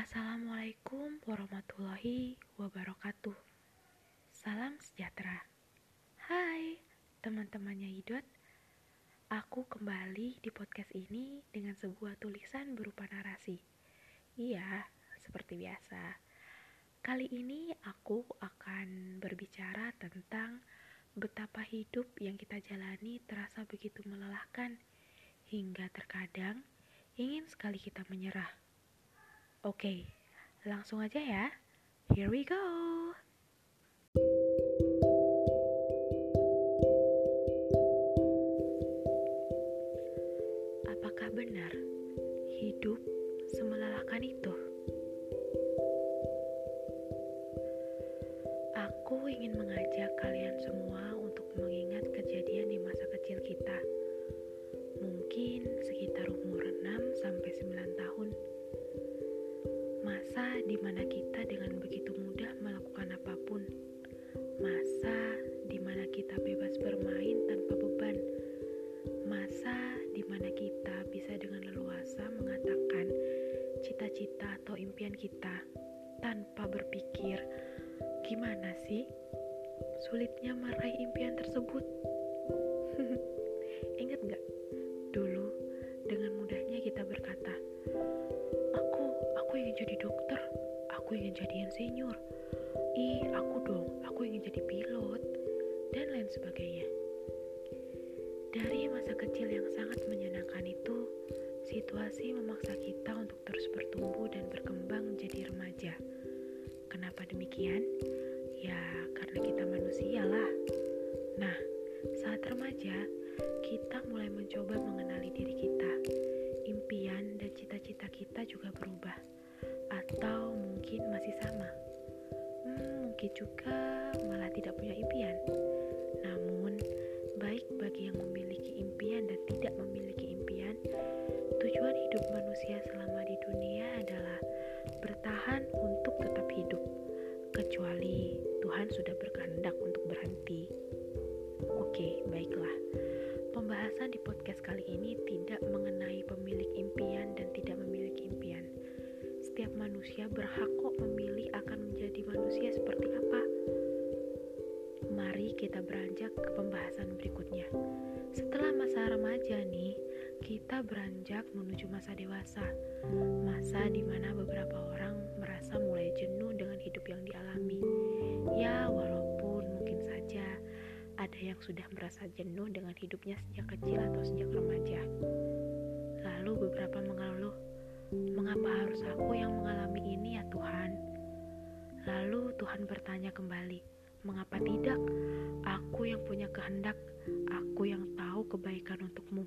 Assalamualaikum warahmatullahi wabarakatuh. Salam sejahtera. Hai teman-temannya Hidot. Aku kembali di podcast ini dengan sebuah tulisan berupa narasi. Iya, seperti biasa. Kali ini aku akan berbicara tentang betapa hidup yang kita jalani terasa begitu melelahkan, hingga terkadang ingin sekali kita menyerah. Oke, langsung aja ya. Here we go. Apakah benar hidup semelelahkan itu? Aku ingin mengajak kalian semua untuk mengingat kejadian di masa kecil kita. Mungkin sekitar umur 6-9 tahun. Masa di mana kita dengan begitu mudah melakukan apapun. Masa di mana kita bebas bermain tanpa beban. Masa di mana kita bisa dengan leluasa mengatakan cita-cita atau impian kita tanpa berpikir, gimana sih sulitnya meraih impian tersebut? Ingat gak? Dulu dengan mudahnya kita berkata, Aku ingin jadi dokter, aku ingin jadi insinyur, aku ingin jadi pilot, dan lain sebagainya. Dari masa kecil yang sangat menyenangkan itu, situasi memaksa kita untuk terus bertumbuh dan berkembang menjadi remaja. Kenapa demikian? Ya, karena kita manusia lah. Nah, saat remaja, kita mulai mencoba mengenali diri kita. Impian dan cita-cita kita juga berubah. Atau mungkin masih sama. Mungkin juga malah tidak punya impian. Namun, baik bagi yang memiliki impian dan tidak memiliki impian, tujuan hidup manusia selama di dunia adalah bertahan untuk tetap hidup, kecuali Tuhan sudah berkehendak untuk berhenti. Oke, baiklah. Pembahasan di podcast kali ini tidak mengenai pemilik impian dan tidak memiliki impian. Setiap manusia berhak kok memilih akan menjadi manusia seperti apa. Mari kita beranjak ke pembahasan berikutnya. Setelah masa remaja nih, kita beranjak menuju masa dewasa. Masa di mana beberapa orang merasa mulai jenuh dengan hidup yang dialami. Ya, walaupun mungkin saja ada yang sudah merasa jenuh dengan hidupnya sejak kecil atau sejak remaja. Lalu beberapa mengeluh, mengapa harus aku yang mengalami ini ya Tuhan? Lalu Tuhan bertanya kembali, mengapa tidak? Aku yang punya kehendak, aku yang tahu kebaikan untukmu.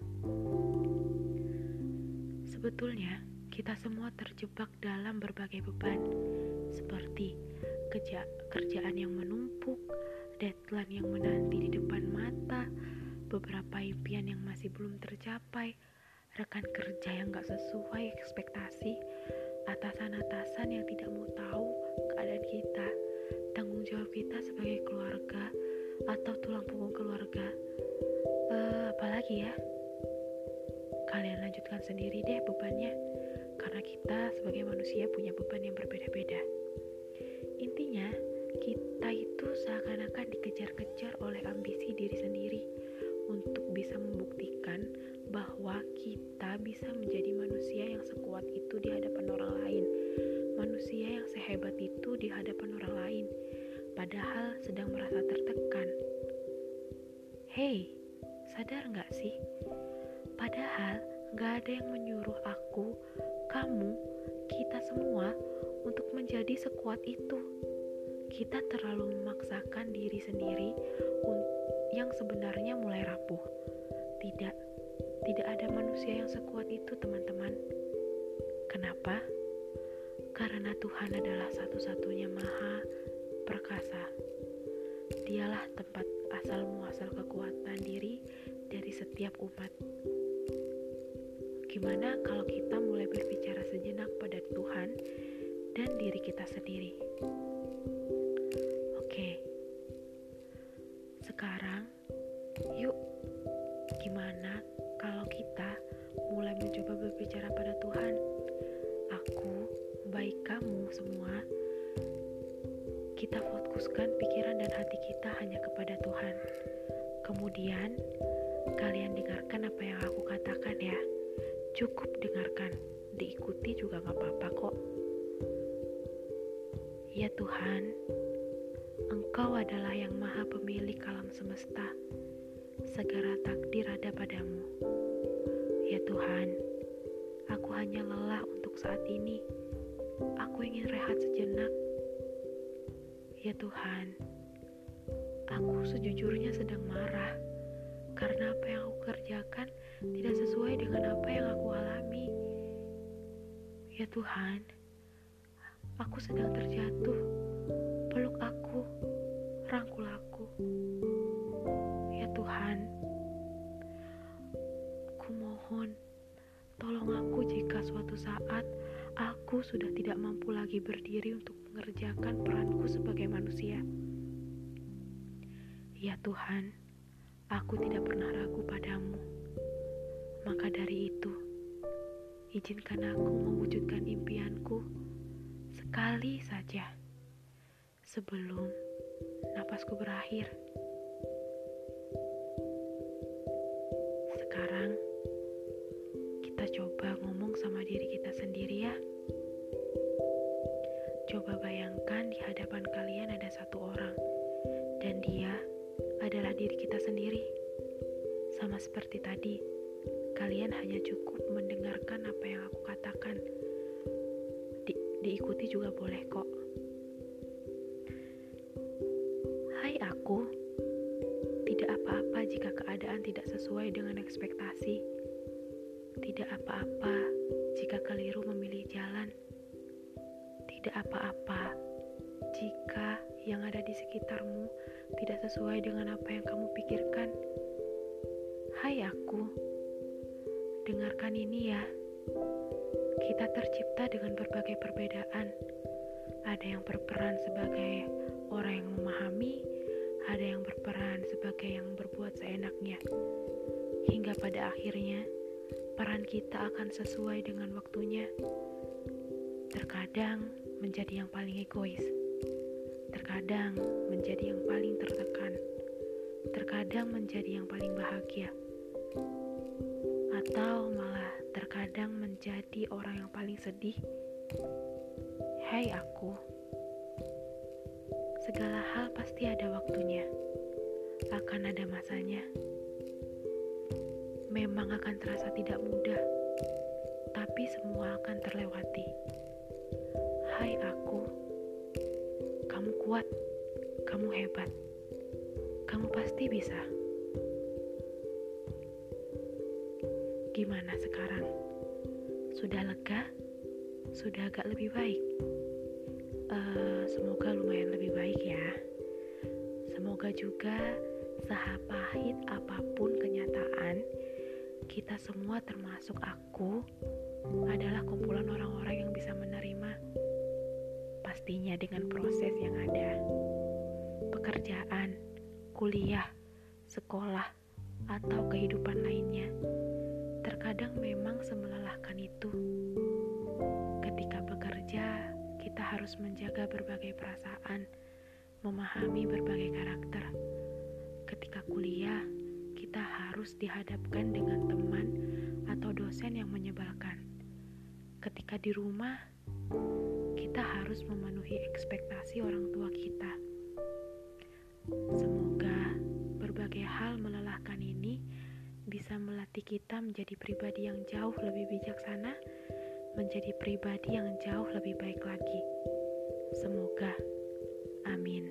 Sebetulnya, kita semua terjebak dalam berbagai beban, seperti kerjaan yang menumpuk, deadline yang menanti di depan mata, beberapa impian yang masih belum tercapai, rekan kerja yang gak sesuai ekspektasi, atasan-atasan yang tidak mau tahu keadaan kita, tanggung jawab kita sebagai keluarga atau tulang punggung keluarga. Apalagi ya? Kalian lanjutkan sendiri deh bebannya, karena kita sebagai manusia punya beban yang berbeda-beda. Intinya, kita itu seakan-akan dikejar-kejar oleh ambisi diri sendiri untuk bisa membuktikan bahwa kita bisa menjadi manusia yang sekuat itu di hadapan orang lain, manusia yang sehebat itu di hadapan orang lain, padahal sedang merasa tertekan. Hei, sadar gak sih? Padahal gak ada yang menyuruh aku, kamu, kita semua untuk menjadi sekuat itu. Kita terlalu memaksakan diri sendiri yang sebenarnya mulai rapuh. Tidak ada manusia yang sekuat itu, teman-teman. Kenapa? Karena Tuhan adalah satu-satunya maha perkasa. Dialah tempat asal muasal kekuatan diri dari setiap umat. Gimana kalau kita mulai berbicara sejenak pada Tuhan dan diri kita sendiri? Oke, sekarang yuk, gimana kalau kita mulai mencoba berbicara pada Tuhan? Aku, baik baik kamu semua, kita fokuskan pikiran dan hati kita hanya kepada Tuhan. Kemudian, kalian dengarkan apa yang aku katakan ya. Cukup dengarkan, diikuti juga gak apa-apa kok. Ya Tuhan, Engkau adalah yang maha pemilik alam semesta. Segala takdir ada padamu. Ya Tuhan, aku hanya lelah untuk saat ini. Aku ingin rehat sejenak. Ya Tuhan, aku sejujurnya sedang marah karena apa yang aku kerjakan tidak sesuai dengan apa yang aku alami. Ya Tuhan, aku sedang terjatuh. Peluk aku, rangkul aku. Ya Tuhan, aku mohon, tolong aku jika suatu saat aku sudah tidak mampu lagi berdiri untuk mengerjakan peranku sebagai manusia. Ya Tuhan, aku tidak pernah ragu padamu. Maka dari itu, izinkan aku mewujudkan impianku sekali saja sebelum napasku berakhir. Sekarang, kita coba ngomong sama diri kita sendiri ya. Coba bayangkan di hadapan kalian ada satu orang, dan dia adalah diri kita sendiri. Sama seperti tadi, kalian hanya cukup mendengarkan apa yang aku katakan. Diikuti juga boleh kok. Hai aku, tidak apa-apa jika keadaan tidak sesuai dengan ekspektasi. Tidak apa-apa jika keliru memilih jalan. Tidak apa-apa jika yang ada di sekitarmu tidak sesuai dengan apa yang kamu pikirkan. Hai aku, dengarkan ini ya. Kita tercipta dengan berbagai perbedaan. Ada yang berperan sebagai orang yang memahami, ada yang berperan sebagai yang berbuat seenaknya. Hingga pada akhirnya, peran kita akan sesuai dengan waktunya. Terkadang menjadi yang paling egois. Terkadang menjadi yang paling tertekan. Terkadang menjadi yang paling bahagia. Atau malah terkadang menjadi orang yang paling sedih. Hai aku, segala hal pasti ada waktunya. Akan ada masanya. Memang akan terasa tidak mudah, tapi semua akan terlewati. Hai aku, kamu kuat, kamu hebat, kamu pasti bisa. Gimana sekarang? Sudah lega? Sudah agak lebih baik? Semoga lumayan lebih baik ya. Semoga juga sepahit apapun kenyataan, kita semua termasuk aku adalah kumpulan orang-orang yang bisa menerima. Pastinya dengan proses yang ada. Pekerjaan, kuliah, sekolah, atau kehidupan lainnya. Terkadang memang semelelahkan itu. Ketika bekerja, kita harus menjaga berbagai perasaan, memahami berbagai karakter. Ketika kuliah, kita harus dihadapkan dengan teman atau dosen yang menyebalkan. Ketika di rumah, kita harus memenuhi ekspektasi orang tua kita. Semoga berbagai hal melelahkan ini bisa melatih kita menjadi pribadi yang jauh lebih bijaksana, menjadi pribadi yang jauh lebih baik lagi. Semoga. Amin.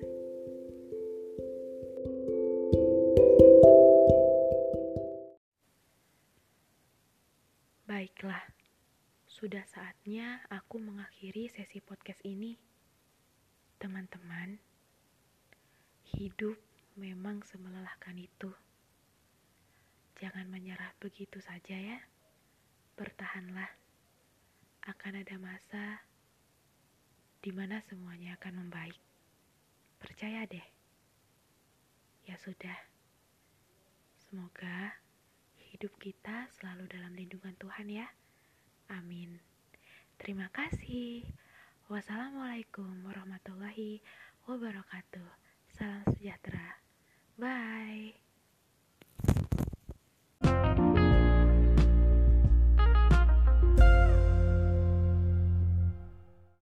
Baiklah, sudah saatnya aku mengakhiri sesi podcast ini. Teman-teman, hidup memang semelelahkan itu. Jangan menyerah begitu saja ya. Bertahanlah. Akan ada masa di mana semuanya akan membaik. Percaya deh. Ya sudah. Semoga hidup kita selalu dalam lindungan Tuhan ya. Amin. Terima kasih. Wassalamualaikum warahmatullahi wabarakatuh. Salam sejahtera. Bye.